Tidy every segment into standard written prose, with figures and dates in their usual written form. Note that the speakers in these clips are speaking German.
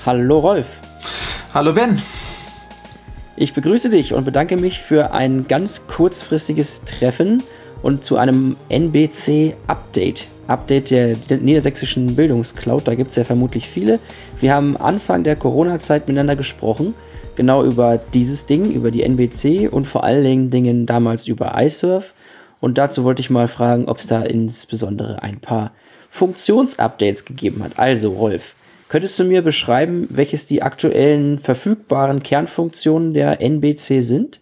Hallo Rolf. Hallo Ben. Ich begrüße dich und bedanke mich für ein ganz kurzfristiges Treffen und zu einem NBC-Update. Update der niedersächsischen Bildungscloud, da gibt es ja vermutlich viele. Wir haben Anfang der Corona-Zeit miteinander gesprochen, genau über dieses Ding, über die NBC und vor allen Dingen damals über iSurf. Und dazu wollte ich mal fragen, ob es da insbesondere ein paar Funktionsupdates gegeben hat. Also Rolf, könntest du mir beschreiben, welches die aktuellen verfügbaren Kernfunktionen der NBC sind?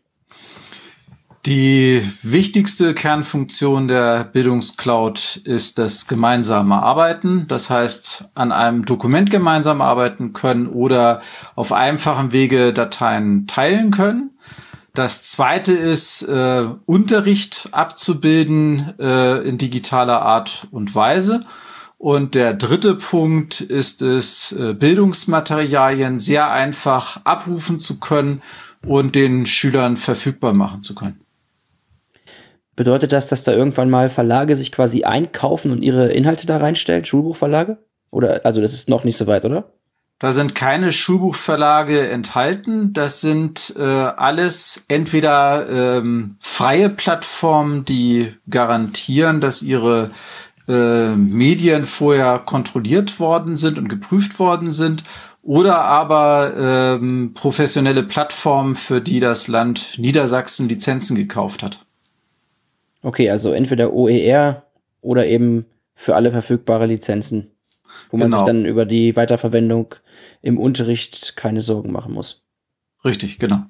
Die wichtigste Kernfunktion der Bildungscloud ist das gemeinsame Arbeiten. Das heißt, an einem Dokument gemeinsam arbeiten können oder auf einfachem Wege Dateien teilen können. Das zweite ist, Unterricht abzubilden in digitaler Art und Weise. Und der dritte Punkt ist es, Bildungsmaterialien sehr einfach abrufen zu können und den Schülern verfügbar machen zu können. Bedeutet das, dass da irgendwann mal Verlage sich quasi einkaufen und ihre Inhalte da reinstellen, Schulbuchverlage? Oder, also das ist noch nicht so weit, oder? Da sind keine Schulbuchverlage enthalten. Das sind alles entweder freie Plattformen, die garantieren, dass ihre Medien vorher kontrolliert worden sind und geprüft worden sind, oder aber professionelle Plattformen, für die das Land Niedersachsen Lizenzen gekauft hat. Okay, also entweder OER oder eben für alle verfügbare Lizenzen, wo man sich dann über die Weiterverwendung im Unterricht keine Sorgen machen muss. Richtig, genau.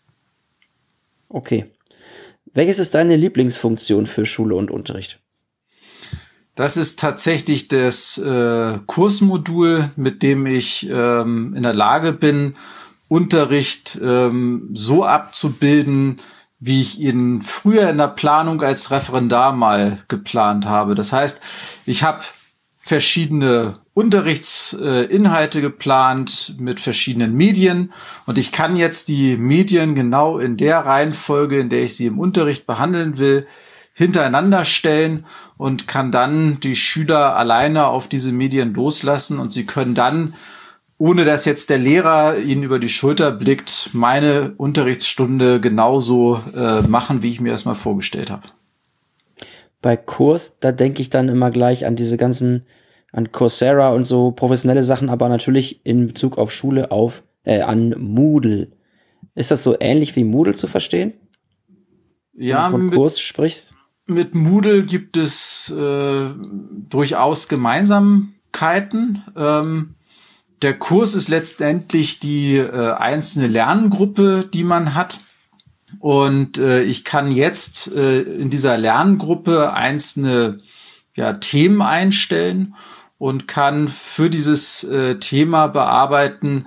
Okay. Welches ist deine Lieblingsfunktion für Schule und Unterricht? Das ist tatsächlich das Kursmodul, mit dem ich in der Lage bin, Unterricht so abzubilden, wie ich ihn früher in der Planung als Referendar mal geplant habe. Das heißt, ich habe verschiedene Unterrichtsinhalte geplant mit verschiedenen Medien und ich kann jetzt die Medien genau in der Reihenfolge, in der ich sie im Unterricht behandeln will, hintereinander stellen und kann dann die Schüler alleine auf diese Medien loslassen und sie können dann, ohne dass jetzt der Lehrer ihnen über die Schulter blickt, meine Unterrichtsstunde genauso machen, wie ich mir das mal vorgestellt habe. Bei Kurs, da denke ich dann immer gleich an diese ganzen, an Coursera und so professionelle Sachen, aber natürlich in Bezug auf Schule an Moodle. Ist das so ähnlich wie Moodle zu verstehen? Ja, wenn du von Kurs sprichst? Mit Moodle gibt es durchaus Gemeinsamkeiten. Der Kurs ist letztendlich die einzelne Lerngruppe, die man hat. Und ich kann jetzt in dieser Lerngruppe einzelne Themen einstellen und kann für dieses Thema bearbeiten,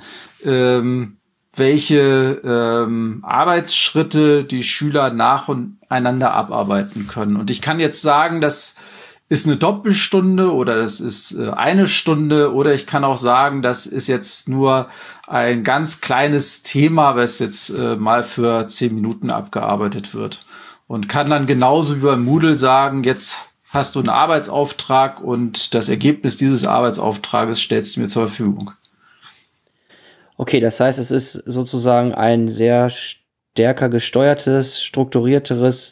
welche Arbeitsschritte die Schüler nacheinander abarbeiten können. Und ich kann jetzt sagen, das ist eine Doppelstunde oder das ist eine Stunde, oder ich kann auch sagen, das ist jetzt nur ein ganz kleines Thema, was jetzt mal für 10 Minuten abgearbeitet wird. Und kann dann genauso wie beim Moodle sagen, jetzt hast du einen Arbeitsauftrag und das Ergebnis dieses Arbeitsauftrages stellst du mir zur Verfügung. Okay, das heißt, es ist sozusagen ein sehr stärker gesteuertes, strukturierteres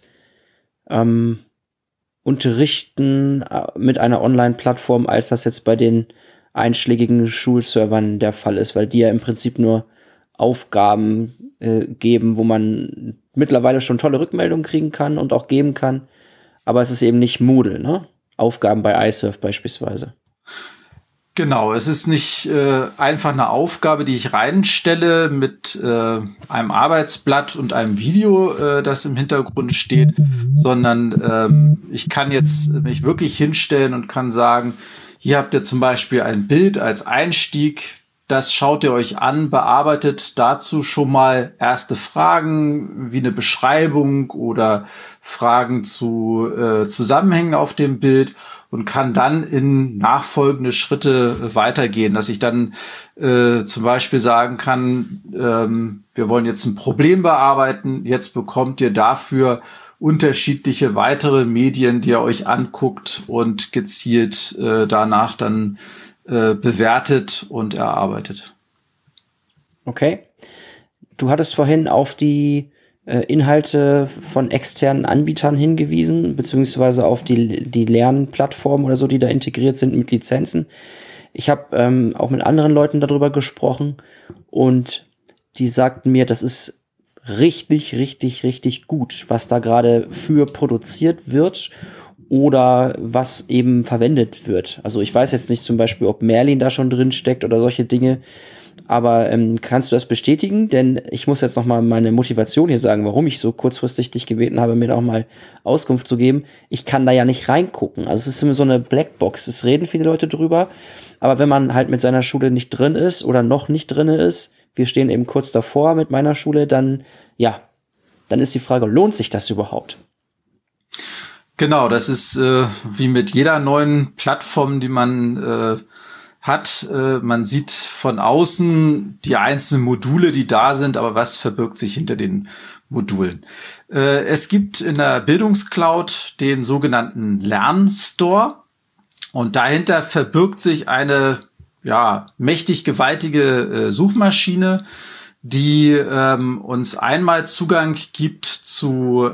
Unterrichten mit einer Online-Plattform, als das jetzt bei den einschlägigen Schulservern der Fall ist, weil die ja im Prinzip nur Aufgaben geben, wo man mittlerweile schon tolle Rückmeldungen kriegen kann und auch geben kann, aber es ist eben nicht Moodle, ne? Aufgaben bei iSurf beispielsweise. Genau, es ist nicht einfach eine Aufgabe, die ich reinstelle mit einem Arbeitsblatt und einem Video, das im Hintergrund steht, sondern ich kann jetzt mich wirklich hinstellen und kann sagen, hier habt ihr zum Beispiel ein Bild als Einstieg, das schaut ihr euch an, bearbeitet dazu schon mal erste Fragen wie eine Beschreibung oder Fragen zu Zusammenhängen auf dem Bild und kann dann in nachfolgende Schritte weitergehen, dass ich dann zum Beispiel sagen kann, wir wollen jetzt ein Problem bearbeiten, jetzt bekommt ihr dafür unterschiedliche weitere Medien, die ihr euch anguckt und gezielt danach dann bewertet und erarbeitet. Okay. Du hattest vorhin auf die Inhalte von externen Anbietern hingewiesen, beziehungsweise auf die Lernplattformen oder so, die da integriert sind mit Lizenzen. Ich habe auch mit anderen Leuten darüber gesprochen und die sagten mir, das ist richtig, richtig, richtig gut, was da gerade für produziert wird oder was eben verwendet wird. Also ich weiß jetzt nicht zum Beispiel, ob Merlin da schon drin steckt oder solche Dinge, aber kannst du das bestätigen? Denn ich muss jetzt noch mal meine Motivation hier sagen, warum ich so kurzfristig dich gebeten habe, mir noch mal Auskunft zu geben. Ich kann da ja nicht reingucken. Also es ist immer so eine Blackbox. Es reden viele Leute drüber. Aber wenn man halt mit seiner Schule nicht drin ist oder noch nicht drin ist, wir stehen eben kurz davor mit meiner Schule, dann ist die Frage, lohnt sich das überhaupt? Genau, das ist wie mit jeder neuen Plattform, die man hat. Man sieht von außen die einzelnen Module, die da sind, aber was verbirgt sich hinter den Modulen? Es gibt in der Bildungscloud den sogenannten Lernstore und dahinter verbirgt sich eine mächtig gewaltige Suchmaschine, die uns einmal Zugang gibt zu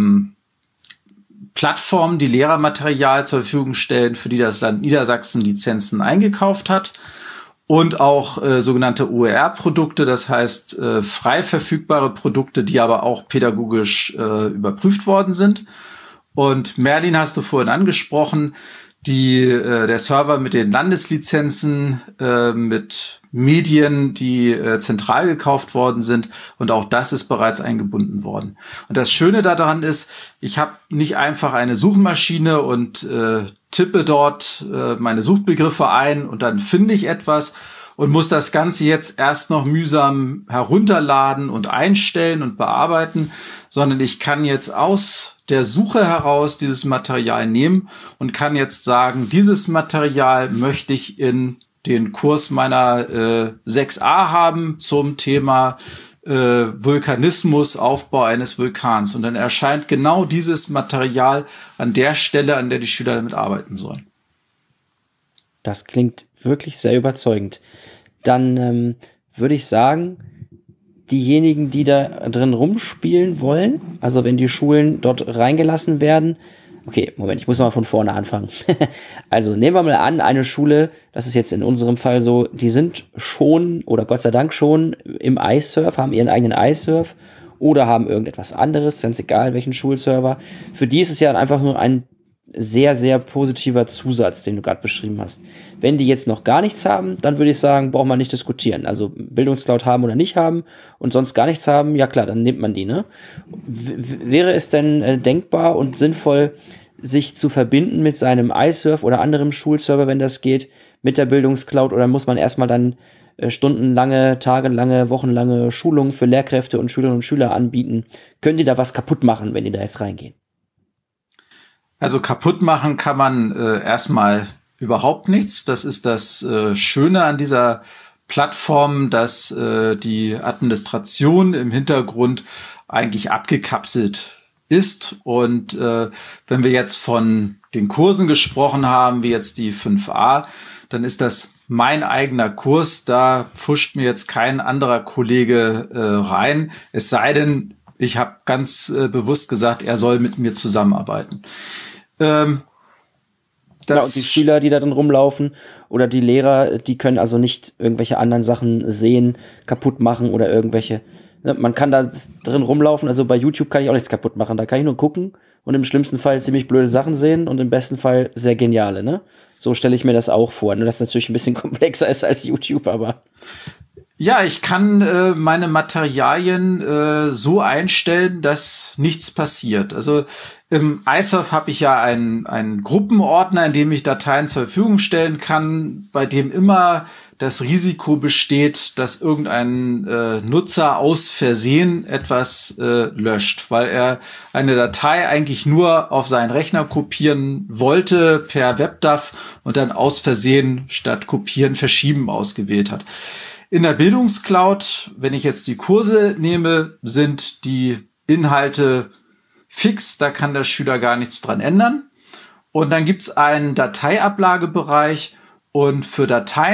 Plattformen, die Lehrermaterial zur Verfügung stellen, für die das Land Niedersachsen Lizenzen eingekauft hat und auch sogenannte OER-Produkte, das heißt frei verfügbare Produkte, die aber auch pädagogisch überprüft worden sind. Und Merlin hast du vorhin angesprochen, der Server mit den Landeslizenzen, mit Medien, die zentral gekauft worden sind. Und auch das ist bereits eingebunden worden. Und das Schöne daran ist, ich habe nicht einfach eine Suchmaschine und tippe dort meine Suchbegriffe ein und dann finde ich etwas und muss das Ganze jetzt erst noch mühsam herunterladen und einstellen und bearbeiten, sondern ich kann jetzt aus der Suche heraus dieses Material nehmen und kann jetzt sagen, dieses Material möchte ich in den Kurs meiner 6a haben zum Thema Vulkanismus, Aufbau eines Vulkans. Und dann erscheint genau dieses Material an der Stelle, an der die Schüler damit arbeiten sollen. Das klingt wirklich sehr überzeugend. Dann würde ich sagen, diejenigen, die da drin rumspielen wollen, also wenn die Schulen dort reingelassen werden, okay, Moment, ich muss noch mal von vorne anfangen. Also nehmen wir mal an, eine Schule, das ist jetzt in unserem Fall so, die sind schon oder Gott sei Dank schon im iSurf, haben ihren eigenen iSurf oder haben irgendetwas anderes, ganz egal welchen Schulserver. Für die ist es ja einfach nur ein sehr, sehr positiver Zusatz, den du gerade beschrieben hast. Wenn die jetzt noch gar nichts haben, dann würde ich sagen, braucht man nicht diskutieren. Also Bildungscloud haben oder nicht haben und sonst gar nichts haben, ja klar, dann nimmt man die, ne? Wäre es denn denkbar und sinnvoll, sich zu verbinden mit seinem iSurf oder anderem Schulserver, wenn das geht, mit der Bildungscloud, oder muss man erstmal dann stundenlange, tagelange, wochenlange Schulungen für Lehrkräfte und Schülerinnen und Schüler anbieten? Können die da was kaputt machen, wenn die da jetzt reingehen? Also kaputt machen kann man erstmal überhaupt nichts. Das ist das Schöne an dieser Plattform, dass die Administration im Hintergrund eigentlich abgekapselt ist. Und wenn wir jetzt von den Kursen gesprochen haben, wie jetzt die 5a, dann ist das mein eigener Kurs. Da pfuscht mir jetzt kein anderer Kollege rein. Es sei denn, ich habe ganz bewusst gesagt, er soll mit mir zusammenarbeiten. Und die Schüler, die da drin rumlaufen, oder die Lehrer, die können also nicht irgendwelche anderen Sachen sehen, kaputt machen oder irgendwelche. Ne, man kann da drin rumlaufen, also bei YouTube kann ich auch nichts kaputt machen. Da kann ich nur gucken und im schlimmsten Fall ziemlich blöde Sachen sehen und im besten Fall sehr geniale, ne? So stelle ich mir das auch vor. Ne? Das natürlich ein bisschen komplexer ist als YouTube, aber. Ja, ich kann meine Materialien so einstellen, dass nichts passiert. Also im iSurf habe ich ja einen Gruppenordner, in dem ich Dateien zur Verfügung stellen kann, bei dem immer das Risiko besteht, dass irgendein Nutzer aus Versehen etwas löscht, weil er eine Datei eigentlich nur auf seinen Rechner kopieren wollte per WebDAV und dann aus Versehen statt kopieren verschieben ausgewählt hat. In der Bildungscloud, wenn ich jetzt die Kurse nehme, sind die Inhalte fix, da kann der Schüler gar nichts dran ändern. Und dann gibt's einen Dateiablagebereich und für Dateien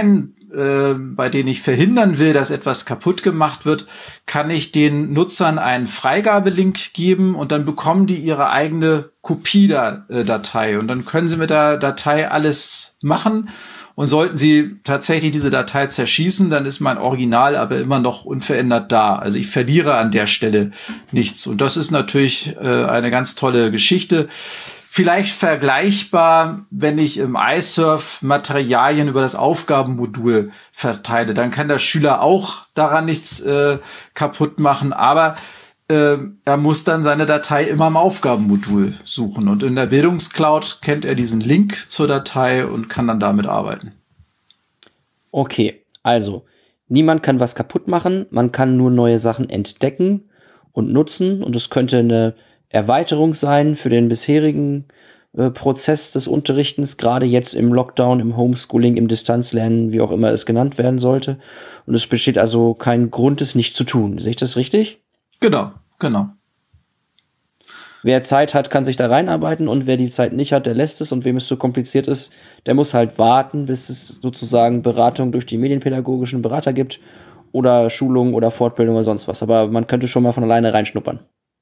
bei denen ich verhindern will, dass etwas kaputt gemacht wird, kann ich den Nutzern einen Freigabelink geben und dann bekommen die ihre eigene Kopie der Datei. Und dann können sie mit der Datei alles machen. Und sollten sie tatsächlich diese Datei zerschießen, dann ist mein Original aber immer noch unverändert da. Also ich verliere an der Stelle nichts. Und das ist natürlich eine ganz tolle Geschichte. Vielleicht vergleichbar, wenn ich im iSurf Materialien über das Aufgabenmodul verteile. Dann kann der Schüler auch daran nichts kaputt machen, aber er muss dann seine Datei immer im Aufgabenmodul suchen. Und in der Bildungscloud kennt er diesen Link zur Datei und kann dann damit arbeiten. Okay, also niemand kann was kaputt machen, man kann nur neue Sachen entdecken und nutzen. Und es könnte eine Erweiterung sein für den bisherigen Prozess des Unterrichtens, gerade jetzt im Lockdown, im Homeschooling, im Distanzlernen, wie auch immer es genannt werden sollte. Und es besteht also kein Grund, es nicht zu tun. Sehe ich das richtig? Genau. Wer Zeit hat, kann sich da reinarbeiten, und wer die Zeit nicht hat, der lässt es, und wem es zu kompliziert ist, der muss halt warten, bis es sozusagen Beratung durch die medienpädagogischen Berater gibt oder Schulung oder Fortbildung oder sonst was. Aber man könnte schon mal von alleine reinschnuppern.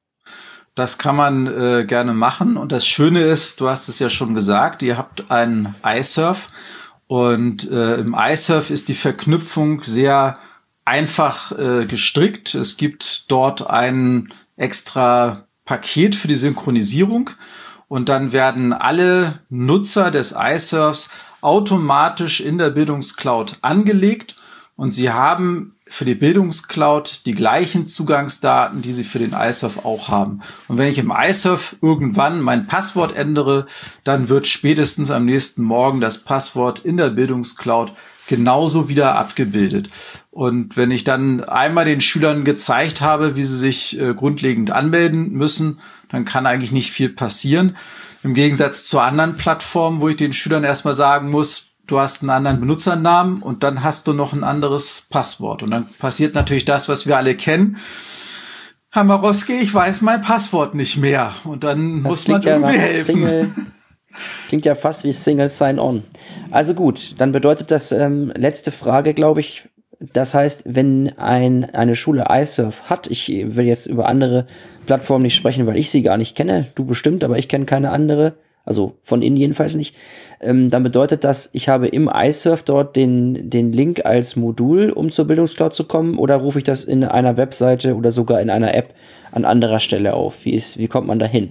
Das kann man gerne machen, und das Schöne ist, du hast es ja schon gesagt, ihr habt einen iSurf, und im iSurf ist die Verknüpfung sehr einfach gestrickt. Es gibt dort ein extra Paket für die Synchronisierung, und dann werden alle Nutzer des iSurfs automatisch in der Bildungscloud angelegt, und sie haben für die Bildungscloud die gleichen Zugangsdaten, die sie für den iSurf auch haben. Und wenn ich im iSurf irgendwann mein Passwort ändere, dann wird spätestens am nächsten Morgen das Passwort in der Bildungscloud genauso wieder abgebildet. Und wenn ich dann einmal den Schülern gezeigt habe, wie sie sich grundlegend anmelden müssen, dann kann eigentlich nicht viel passieren. Im Gegensatz zu anderen Plattformen, wo ich den Schülern erstmal sagen muss, du hast einen anderen Benutzernamen und dann hast du noch ein anderes Passwort. Und dann passiert natürlich das, was wir alle kennen. Herr Marowski, ich weiß mein Passwort nicht mehr. Und dann muss man irgendwie helfen. Klingt ja fast wie Single Sign-On. Also gut, dann bedeutet das, letzte Frage, glaube ich, das heißt, wenn eine Schule iSurf hat, ich will jetzt über andere Plattformen nicht sprechen, weil ich sie gar nicht kenne, du bestimmt, aber ich kenne keine andere, also von Ihnen jedenfalls nicht, dann bedeutet das, ich habe im iSurf dort den Link als Modul, um zur Bildungscloud zu kommen, oder rufe ich das in einer Webseite oder sogar in einer App an anderer Stelle auf? Wie kommt man da hin?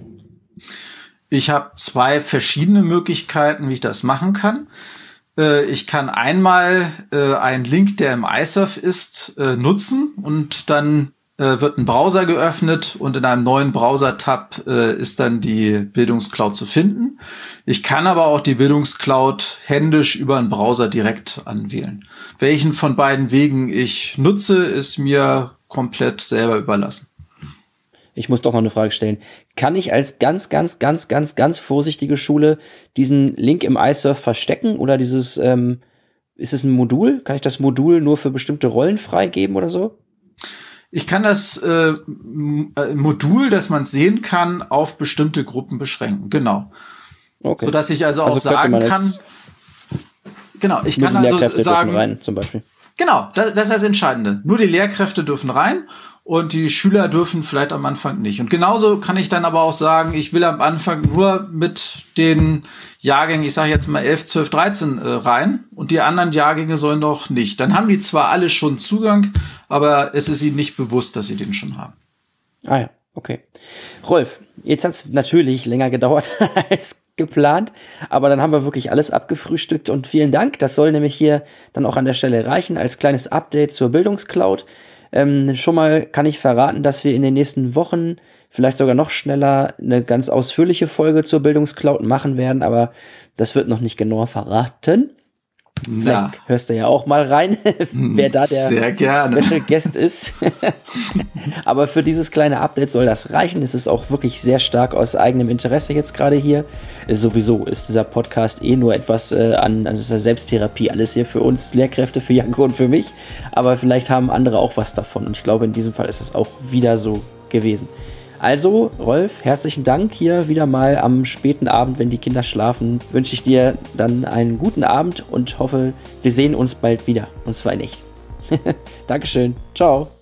Ich habe 2 verschiedene Möglichkeiten, wie ich das machen kann. Ich kann einmal einen Link, der im iSurf ist, nutzen, und dann wird ein Browser geöffnet, und in einem neuen Browser-Tab ist dann die Bildungscloud zu finden. Ich kann aber auch die Bildungscloud händisch über einen Browser direkt anwählen. Welchen von beiden Wegen ich nutze, ist mir komplett selber überlassen. Ich muss doch noch eine Frage stellen. Kann ich als ganz vorsichtige Schule diesen Link im iSurf verstecken, oder ist es ein Modul? Kann ich das Modul nur für bestimmte Rollen freigeben oder so? Ich kann das Modul, das man sehen kann, auf bestimmte Gruppen beschränken. Genau. Okay. So dass ich also auch sagen kann, genau, ich kann also sagen, rein, zum Beispiel. Genau, das ist das Entscheidende. Nur die Lehrkräfte dürfen rein, und die Schüler dürfen vielleicht am Anfang nicht. Und genauso kann ich dann aber auch sagen, ich will am Anfang nur mit den Jahrgängen, ich sage jetzt mal 11, 12, 13 rein, und die anderen Jahrgänge sollen doch nicht. Dann haben die zwar alle schon Zugang, aber es ist ihnen nicht bewusst, dass sie den schon haben. Ah ja, okay. Rolf, jetzt hat es natürlich länger gedauert als geplant, aber dann haben wir wirklich alles abgefrühstückt, und vielen Dank. Das soll nämlich hier dann auch an der Stelle reichen als kleines Update zur Bildungscloud. Schon mal kann ich verraten, dass wir in den nächsten Wochen, vielleicht sogar noch schneller, eine ganz ausführliche Folge zur Bildungscloud machen werden, aber das wird noch nicht genauer verraten. Vielleicht hörst du ja auch mal rein, wer da der Special Guest ist. Aber für dieses kleine Update soll das reichen. Es ist auch wirklich sehr stark aus eigenem Interesse jetzt gerade hier. Sowieso ist dieser Podcast nur etwas an dieser Selbsttherapie. Alles hier für uns Lehrkräfte, für Janko und für mich. Aber vielleicht haben andere auch was davon. Und ich glaube, in diesem Fall ist es auch wieder so gewesen. Also, Rolf, herzlichen Dank hier wieder mal am späten Abend, wenn die Kinder schlafen. Wünsche ich dir dann einen guten Abend und hoffe, wir sehen uns bald wieder. Und zwar in echt. Dankeschön. Ciao.